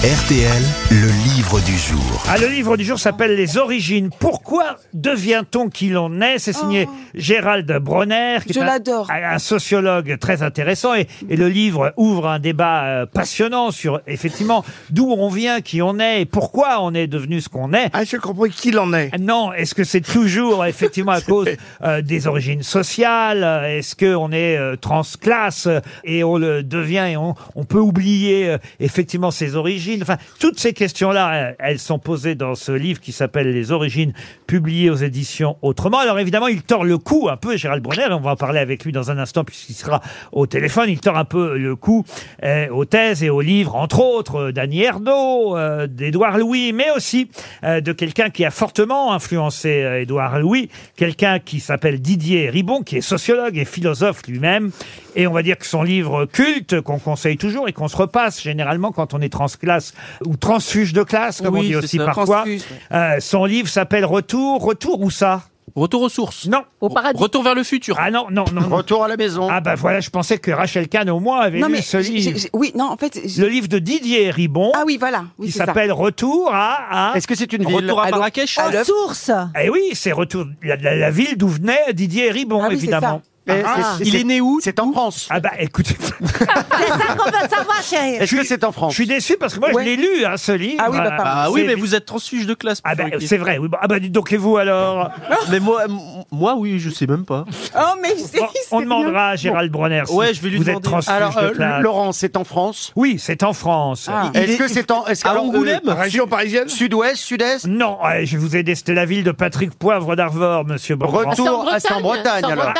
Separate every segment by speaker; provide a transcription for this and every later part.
Speaker 1: RTL, le livre du jour.
Speaker 2: Ah, le livre du jour s'appelle Les origines. Pourquoi devient-on qui l'on est? C'est signé Gérald Bronner, qui est un sociologue très intéressant. Et le livre ouvre un débat passionnant sur, effectivement, d'où on vient, qui on est et pourquoi on est devenu ce qu'on est.
Speaker 3: Ah, j'ai compris qui l'en est.
Speaker 2: Non, est-ce que c'est toujours, effectivement, à cause des origines sociales? Est-ce qu'on est transclasse et on le devient et on peut oublier, effectivement, ses origines? Enfin, toutes ces questions-là, elles sont posées dans ce livre qui s'appelle Les origines, publié aux éditions Autrement. Alors évidemment, il tord le cou un peu, Gérald Bronner, on va en parler avec lui dans un instant puisqu'il sera au téléphone. Il tord un peu le cou aux thèses et aux livres, entre autres, d'Annie Ernaux, d'Édouard Louis, mais aussi de quelqu'un qui a fortement influencé Édouard Louis, quelqu'un qui s'appelle Didier Ribon, qui est sociologue et philosophe lui-même. Et on va dire que son livre culte, qu'on conseille toujours et qu'on se repasse généralement quand on est transclasse ou transfuge de classe, comme on dit aussi parfois. Son livre s'appelle Retour où ça?
Speaker 4: Retour aux sources.
Speaker 2: Non.
Speaker 4: Au paradis. Retour vers le futur.
Speaker 2: Ah non.
Speaker 3: Retour à la maison.
Speaker 2: Ah bah voilà, je pensais que Rachel Kahn au moins avait lu ce livre.
Speaker 5: Oui, non, en fait...
Speaker 2: Le livre de Didier Ribon.
Speaker 5: Ah oui, voilà. Oui,
Speaker 2: qui s'appelle Retour à...
Speaker 3: Est-ce que c'est une ville?
Speaker 4: Retour à Marrakech.
Speaker 5: Aux sources.
Speaker 2: Eh oui, c'est Retour... La ville d'où venait Didier Ribon, évidemment.
Speaker 4: Il est né où?
Speaker 3: C'est en France.
Speaker 2: Ah bah écoutez...
Speaker 5: C'est ça qu'on veut savoir, chérie.
Speaker 3: Est-ce que c'est en France?
Speaker 2: Je suis déçu parce que moi je l'ai lu, ce livre.
Speaker 5: Ah oui, bah pardon.
Speaker 4: Ah oui, mais vous êtes transfuge de classe.
Speaker 2: Ah bah c'est vrai. Oui. Ah bah dites donc, et vous alors?
Speaker 4: Mais moi oui, je sais même pas.
Speaker 5: Oh, mais
Speaker 2: Bon, on demandera à Gérald Bronner si
Speaker 4: ouais, je vais lui
Speaker 2: vous
Speaker 4: demander.
Speaker 2: êtes transfuge
Speaker 3: Alors,
Speaker 2: de classe.
Speaker 3: Laurent, c'est en France?
Speaker 2: Oui, c'est en France.
Speaker 3: Est-ce que c'est en...
Speaker 4: à Angoulême?
Speaker 3: Région parisienne? Sud-ouest, sud-est?
Speaker 2: Non, je vais vous aider, c'était la ville de Patrick Poivre d'Arvor, monsieur Beaugrand.
Speaker 3: Retour à Bretagne, alors.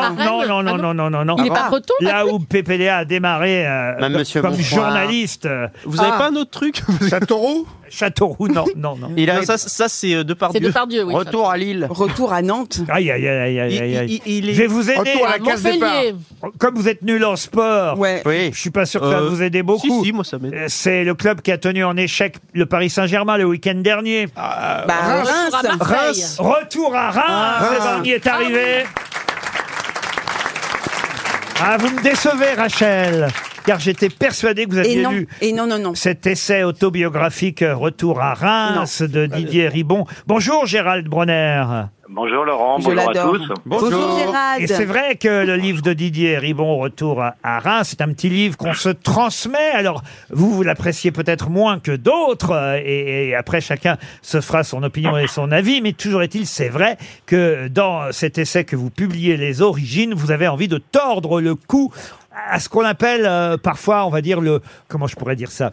Speaker 2: Non.
Speaker 6: Il est pas breton?
Speaker 2: Là où PPDA a démarré
Speaker 3: Monsieur
Speaker 2: comme
Speaker 3: Bonsoir.
Speaker 2: journaliste.
Speaker 4: Vous avez pas un autre truc?
Speaker 3: Châteauroux?
Speaker 2: Châteauroux, non.
Speaker 4: Non, ça c'est Depardieu.
Speaker 6: C'est Depardieu, oui.
Speaker 3: Retour à Lille.
Speaker 5: Retour à Nantes.
Speaker 2: Aïe.
Speaker 4: Il est...
Speaker 2: Je vais vous aider.
Speaker 3: Retour à la case départ.
Speaker 6: Montpellier.
Speaker 2: Comme vous êtes nul en sport,
Speaker 5: Ouais.
Speaker 3: Oui.
Speaker 2: je suis pas sûr que ça va vous aider beaucoup.
Speaker 4: Si, moi ça m'aide.
Speaker 2: C'est le club qui a tenu en échec le Paris Saint-Germain le week-end dernier.
Speaker 5: Reims.
Speaker 6: Reims.
Speaker 2: Retour à Reims, on y est arrivé. Ah, vous me décevez, Rachel, car j'étais persuadé que vous aviez lu
Speaker 5: Non.
Speaker 2: cet essai autobiographique Retour à Reims de Didier Ribon. Bonjour Gérald Bronner.
Speaker 7: Bonjour Laurent,
Speaker 5: Je
Speaker 7: bonjour à
Speaker 5: l'adore.
Speaker 7: tous.
Speaker 5: Bonjour Gérald.
Speaker 2: Et c'est vrai que le livre de Didier Ribon, Retour à Reims, c'est un petit livre qu'on se transmet. Alors, vous l'appréciez peut-être moins que d'autres, et après, chacun se fera son opinion et son avis. Mais toujours est-il, c'est vrai que dans cet essai que vous publiez, Les origines, vous avez envie de tordre le cou à ce qu'on appelle parfois, on va dire, comment je pourrais dire ça,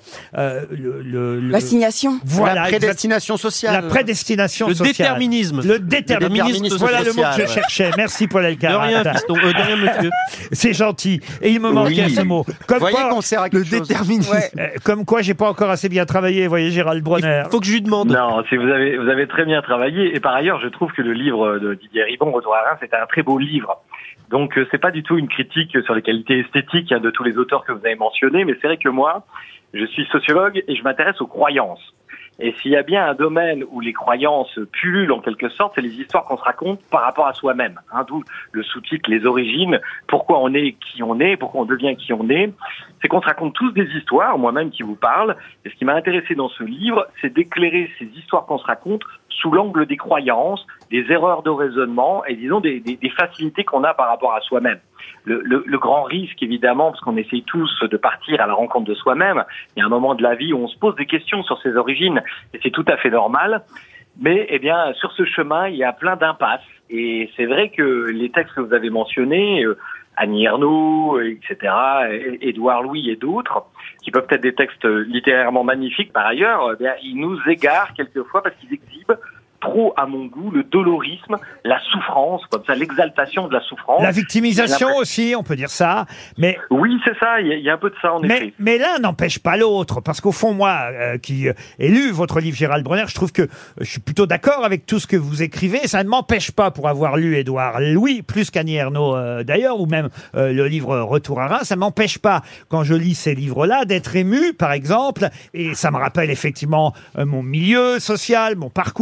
Speaker 5: L'assignation.
Speaker 2: voilà,
Speaker 3: La prédestination sociale.
Speaker 2: la prédestination
Speaker 4: Le
Speaker 2: sociale.
Speaker 4: déterminisme.
Speaker 2: Le déterminisme. Voilà le mot que je cherchais. Merci Paul
Speaker 4: De
Speaker 2: Elkarat.
Speaker 4: rien, fiston. De rien, monsieur.
Speaker 2: C'est gentil. Et il me manquait ce mot.
Speaker 3: Vous voyez qu'on sert à quelque chose.
Speaker 4: Déterminisme.
Speaker 5: Ouais.
Speaker 2: Comme quoi, j'ai pas encore assez bien travaillé, voyez, Gérald Bronner.
Speaker 4: Faut que je lui demande.
Speaker 7: Non, si vous avez très bien travaillé. Et par ailleurs, je trouve que le livre de Didier Ribon, Retour à Reims, c'est un très beau livre. Donc, c'est pas du tout une critique sur les qualités esthétiques de tous les auteurs que vous avez mentionnés, mais c'est vrai que moi, je suis sociologue et je m'intéresse aux croyances. Et s'il y a bien un domaine où les croyances pullulent en quelque sorte, c'est les histoires qu'on se raconte par rapport à soi-même. D'où le sous-titre Les origines, pourquoi on est qui on est, pourquoi on devient qui on est. C'est qu'on se raconte tous des histoires, moi-même qui vous parle. Et ce qui m'a intéressé dans ce livre, c'est d'éclairer ces histoires qu'on se raconte sous l'angle des croyances, des erreurs de raisonnement et disons des facilités qu'on a par rapport à soi-même. Le grand risque, évidemment, parce qu'on essaye tous de partir à la rencontre de soi-même, il y a un moment de la vie où on se pose des questions sur ses origines, et c'est tout à fait normal. Mais, sur ce chemin, il y a plein d'impasses. Et c'est vrai que les textes que vous avez mentionnés, Annie Ernaux, etc., Édouard Louis et d'autres, qui peuvent être des textes littérairement magnifiques par ailleurs, ils nous égarent quelquefois parce qu'ils exhibent trop, à mon goût, le dolorisme, la souffrance, comme ça, l'exaltation de la souffrance.
Speaker 2: La victimisation aussi, on peut dire ça. Mais
Speaker 7: oui, c'est ça, il y a un peu de ça en effet.
Speaker 2: Mais l'un n'empêche pas l'autre, parce qu'au fond, moi, qui ai lu votre livre Gérald Bronner, je trouve que je suis plutôt d'accord avec tout ce que vous écrivez. Ça ne m'empêche pas, pour avoir lu Édouard Louis, plus qu'Annie Ernaux d'ailleurs, ou même le livre Retour à Reims, ça ne m'empêche pas, quand je lis ces livres-là, d'être ému, par exemple, et ça me rappelle effectivement mon milieu social, mon parcours,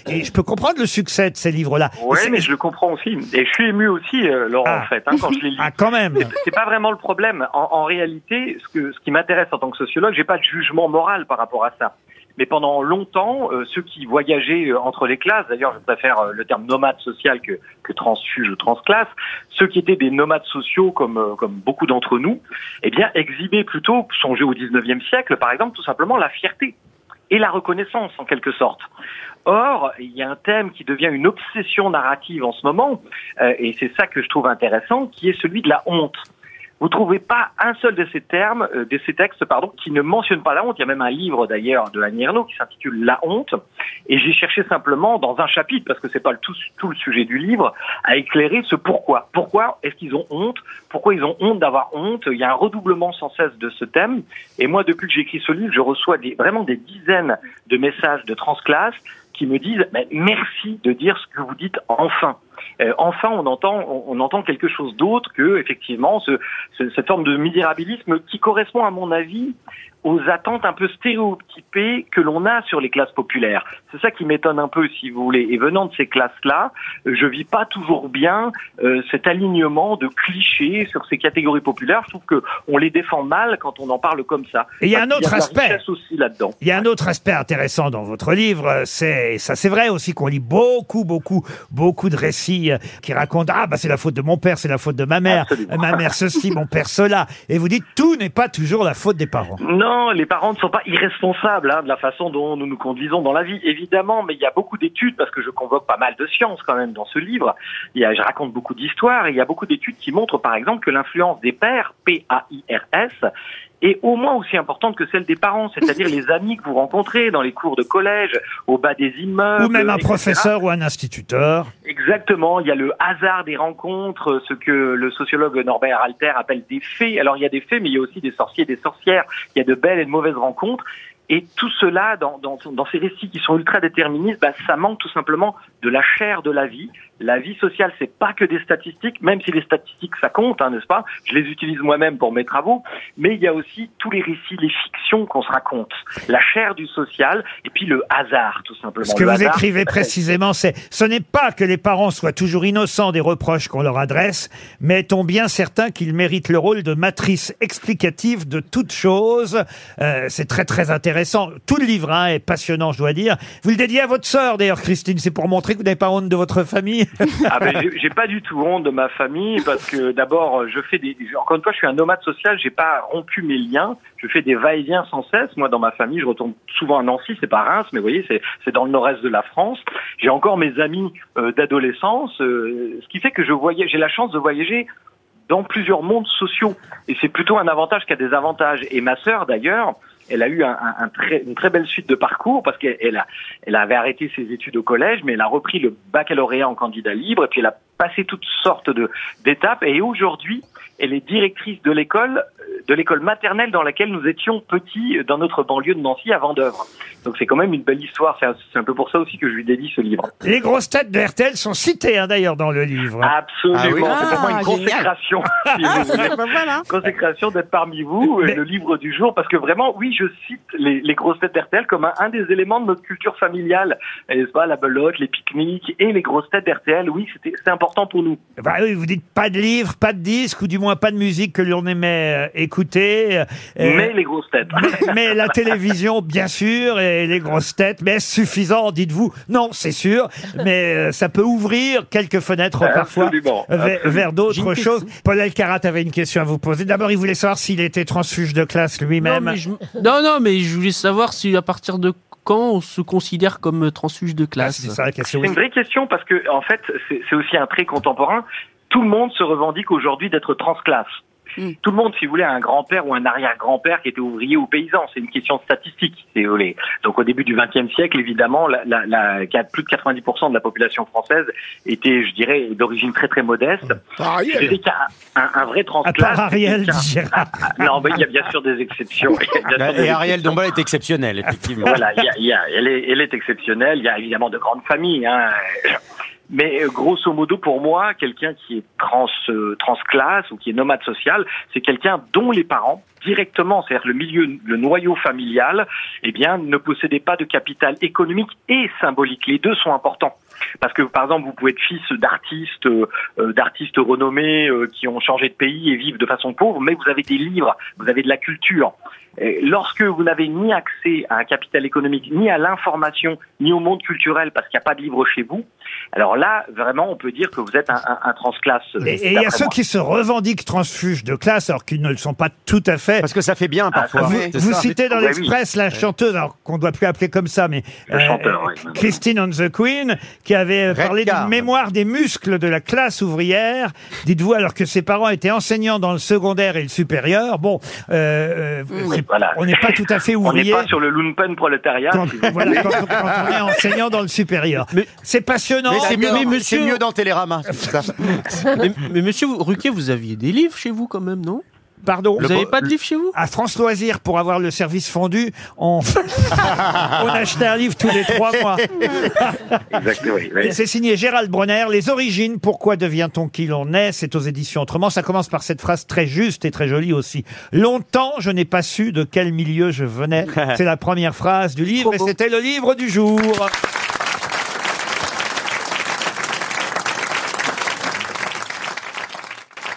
Speaker 2: Et je peux comprendre le succès de ces livres-là.
Speaker 7: Ouais, mais je le comprends aussi. Et je suis ému aussi, Laurent, en fait, quand je les lis.
Speaker 2: Ah, quand même.
Speaker 7: C'est pas vraiment le problème. En réalité, ce qui m'intéresse en tant que sociologue, j'ai pas de jugement moral par rapport à ça. Mais pendant longtemps, ceux qui voyageaient entre les classes, d'ailleurs je préfère le terme nomade social que transfuge ou transclasse, ceux qui étaient des nomades sociaux comme beaucoup d'entre nous, eh bien exhibaient plutôt, songez au 19e siècle par exemple, tout simplement la fierté et la reconnaissance en quelque sorte. Or, il y a un thème qui devient une obsession narrative en ce moment, et c'est ça que je trouve intéressant, qui est celui de la honte. Vous trouvez pas un seul de ces termes, de ces textes, qui ne mentionne pas la honte. Il y a même un livre d'ailleurs de Annie Ernaux qui s'intitule La honte. Et j'ai cherché simplement dans un chapitre, parce que c'est pas tout le sujet du livre, à éclairer ce pourquoi. Pourquoi est-ce qu'ils ont honte? Pourquoi ils ont honte d'avoir honte? Il y a un redoublement sans cesse de ce thème. Et moi, depuis que j'écris ce livre, je reçois vraiment des dizaines de messages de transclasse qui me disent merci de dire ce que vous dites enfin. Enfin, on entend quelque chose d'autre que effectivement cette forme de misérabilisme qui correspond à mon avis aux attentes un peu stéréotypées que l'on a sur les classes populaires. C'est ça qui m'étonne un peu, si vous voulez. Et venant de ces classes-là, je vis pas toujours bien cet alignement de clichés sur ces catégories populaires. Je trouve que on les défend mal quand on en parle comme ça.
Speaker 2: Et il y a un autre aspect
Speaker 7: aussi là-dedans.
Speaker 2: Il y a un autre aspect intéressant dans votre livre, c'est vrai aussi qu'on lit beaucoup de récits qui racontent c'est la faute de mon père, c'est la faute de ma mère,
Speaker 7: Absolument.
Speaker 2: ma mère ceci, mon père cela. Et vous dites tout n'est pas toujours la faute des parents.
Speaker 7: Non, les parents ne sont pas irresponsables de la façon dont nous nous conduisons dans la vie, évidemment, mais il y a beaucoup d'études, parce que je convoque pas mal de sciences quand même dans ce livre, je raconte beaucoup d'histoires, et il y a beaucoup d'études qui montrent par exemple que l'influence des pères, P-A-I-R-S, est au moins aussi importante que celle des parents, c'est-à-dire les amis que vous rencontrez dans les cours de collège, au bas des immeubles.
Speaker 2: Ou même un
Speaker 7: etc.
Speaker 2: professeur ou un instituteur.
Speaker 7: Exactement, il y a le hasard des rencontres, ce que le sociologue Norbert Alter appelle des fées. Alors il y a des fées, mais il y a aussi des sorciers et des sorcières. Il y a de belles et de mauvaises rencontres. Et tout cela, dans ces récits qui sont ultra déterministes, ça manque tout simplement de la chair de la vie. La vie sociale, c'est pas que des statistiques, même si les statistiques, ça compte, n'est-ce pas? Je les utilise moi-même pour mes travaux. Mais il y a aussi tous les récits, les fictions qu'on se raconte. La chair du social, et puis le hasard, tout simplement.
Speaker 2: Ce que vous écrivez précisément, ce n'est pas que les parents soient toujours innocents des reproches qu'on leur adresse, mais est-on bien certain qu'ils méritent le rôle de matrice explicative de toute chose. C'est très très intéressant. Tout le livre est passionnant, je dois dire. Vous le dédiez à votre sœur, d'ailleurs, Christine. C'est pour montrer que vous n'avez pas honte de votre famille.
Speaker 7: J'ai pas du tout honte de ma famille, parce que d'abord, encore une fois, je suis un nomade social, j'ai pas rompu mes liens. Je fais des va-et-vient sans cesse. Moi, dans ma famille, je retourne souvent à Nancy, c'est pas Reims, mais vous voyez, c'est dans le nord-est de la France. J'ai encore mes amis d'adolescence, ce qui fait que j'ai la chance de voyager dans plusieurs mondes sociaux. Et c'est plutôt un avantage qu'à des avantages. Et ma sœur, d'ailleurs, elle a eu une très belle suite de parcours, parce qu'elle avait arrêté ses études au collège, mais elle a repris le baccalauréat en candidat libre, et puis elle a passé toutes sortes d'étapes, et aujourd'hui, elle est directrice de l'école maternelle dans laquelle nous étions petits dans notre banlieue de Nancy à Vendeuvre. Donc c'est quand même une belle histoire, c'est un peu pour ça aussi que je lui dédie ce livre.
Speaker 2: Les grosses têtes de RTL sont citées d'ailleurs dans le livre.
Speaker 7: Absolument, c'est pour moi une consécration, si vous voulez.
Speaker 5: Voilà.
Speaker 7: Consécration d'être parmi vous, le livre du jour, parce que vraiment, oui, je cite les grosses têtes d'RTL comme un des éléments de notre culture familiale, n'est-ce pas, la belote, les pique-niques et les grosses têtes d'RTL, oui, c'est important pour nous.
Speaker 2: Oui, vous dites pas de livre, pas de disque, ou du moins pas de musique que l'on aimait écouter.
Speaker 7: Mais les grosses têtes.
Speaker 2: Mais la télévision, bien sûr, et les grosses têtes. Mais est-ce suffisant, dites-vous? Non, c'est sûr. Mais ça peut ouvrir quelques fenêtres parfois vers d'autres choses. Paul Elkarat avait une question à vous poser. D'abord, il voulait savoir s'il était transfuge de classe lui-même.
Speaker 4: Non, mais je voulais savoir si à partir de quand on se considère comme transfuge de classe.
Speaker 2: C'est ça la question.
Speaker 7: C'est une vraie question, parce que en fait, c'est aussi un trait contemporain. Tout le monde se revendique aujourd'hui d'être transclasse. Tout le monde, si vous voulez, a un grand-père ou un arrière-grand-père qui était ouvrier ou paysan. C'est une question statistique, si vous voulez. Donc au début du XXe siècle, évidemment, plus de 90% de la population française était, je dirais, d'origine très très modeste. Je dirais qu'il y a un vrai transclasse.
Speaker 2: À part Ariel,
Speaker 7: non, mais il y a bien sûr des exceptions.
Speaker 3: Et Ariel Dombal est exceptionnelle, effectivement.
Speaker 7: Voilà, elle est exceptionnelle. Il y a évidemment de grandes familles, Mais grosso modo, pour moi, quelqu'un qui est transclasse ou qui est nomade social, c'est quelqu'un dont les parents, directement, c'est-à-dire le noyau familial, eh bien, ne possédait pas de capital économique et symbolique. Les deux sont importants. Parce que, par exemple, vous pouvez être fils d'artistes renommés qui ont changé de pays et vivent de façon pauvre, mais vous avez des livres, vous avez de la culture. Et lorsque vous n'avez ni accès à un capital économique, ni à l'information, ni au monde culturel, parce qu'il n'y a pas de livres chez vous, alors là, vraiment, on peut dire que vous êtes un transclasse.
Speaker 2: Et il y a ceux qui se revendiquent transfuges de classe, alors qu'ils ne le sont pas tout à fait.
Speaker 3: Parce que ça fait bien parfois.
Speaker 2: Vous citez dans l'Express la chanteuse, alors qu'on ne doit plus appeler comme ça, mais Christine on the Queen, qui avait parlé d'une mémoire des muscles de la classe ouvrière. Dites-vous, alors que ses parents étaient enseignants dans le secondaire et le supérieur. Bon, on n'est pas tout à fait ouvrier.
Speaker 7: On n'est pas sur le lumpen prolétariat.
Speaker 2: Quand on est enseignant dans le supérieur. C'est passionnant.
Speaker 3: Mais c'est mieux dans Télérama.
Speaker 4: mais monsieur Ruquier, vous aviez des livres chez vous quand même, non?
Speaker 2: Pardon.
Speaker 4: Vous n'avez pas de livre chez vous?
Speaker 2: À France Loisirs, pour avoir le service fondu, on achetait un livre tous les 3 mois.
Speaker 7: Exactement. Oui.
Speaker 2: C'est signé Gérald Bronner. Les origines, pourquoi devient-on qui l'on est? C'est aux éditions Autrement. Ça commence par cette phrase très juste et très jolie aussi. Longtemps, je n'ai pas su de quel milieu je venais. C'est la première phrase du livre et c'était le livre du jour.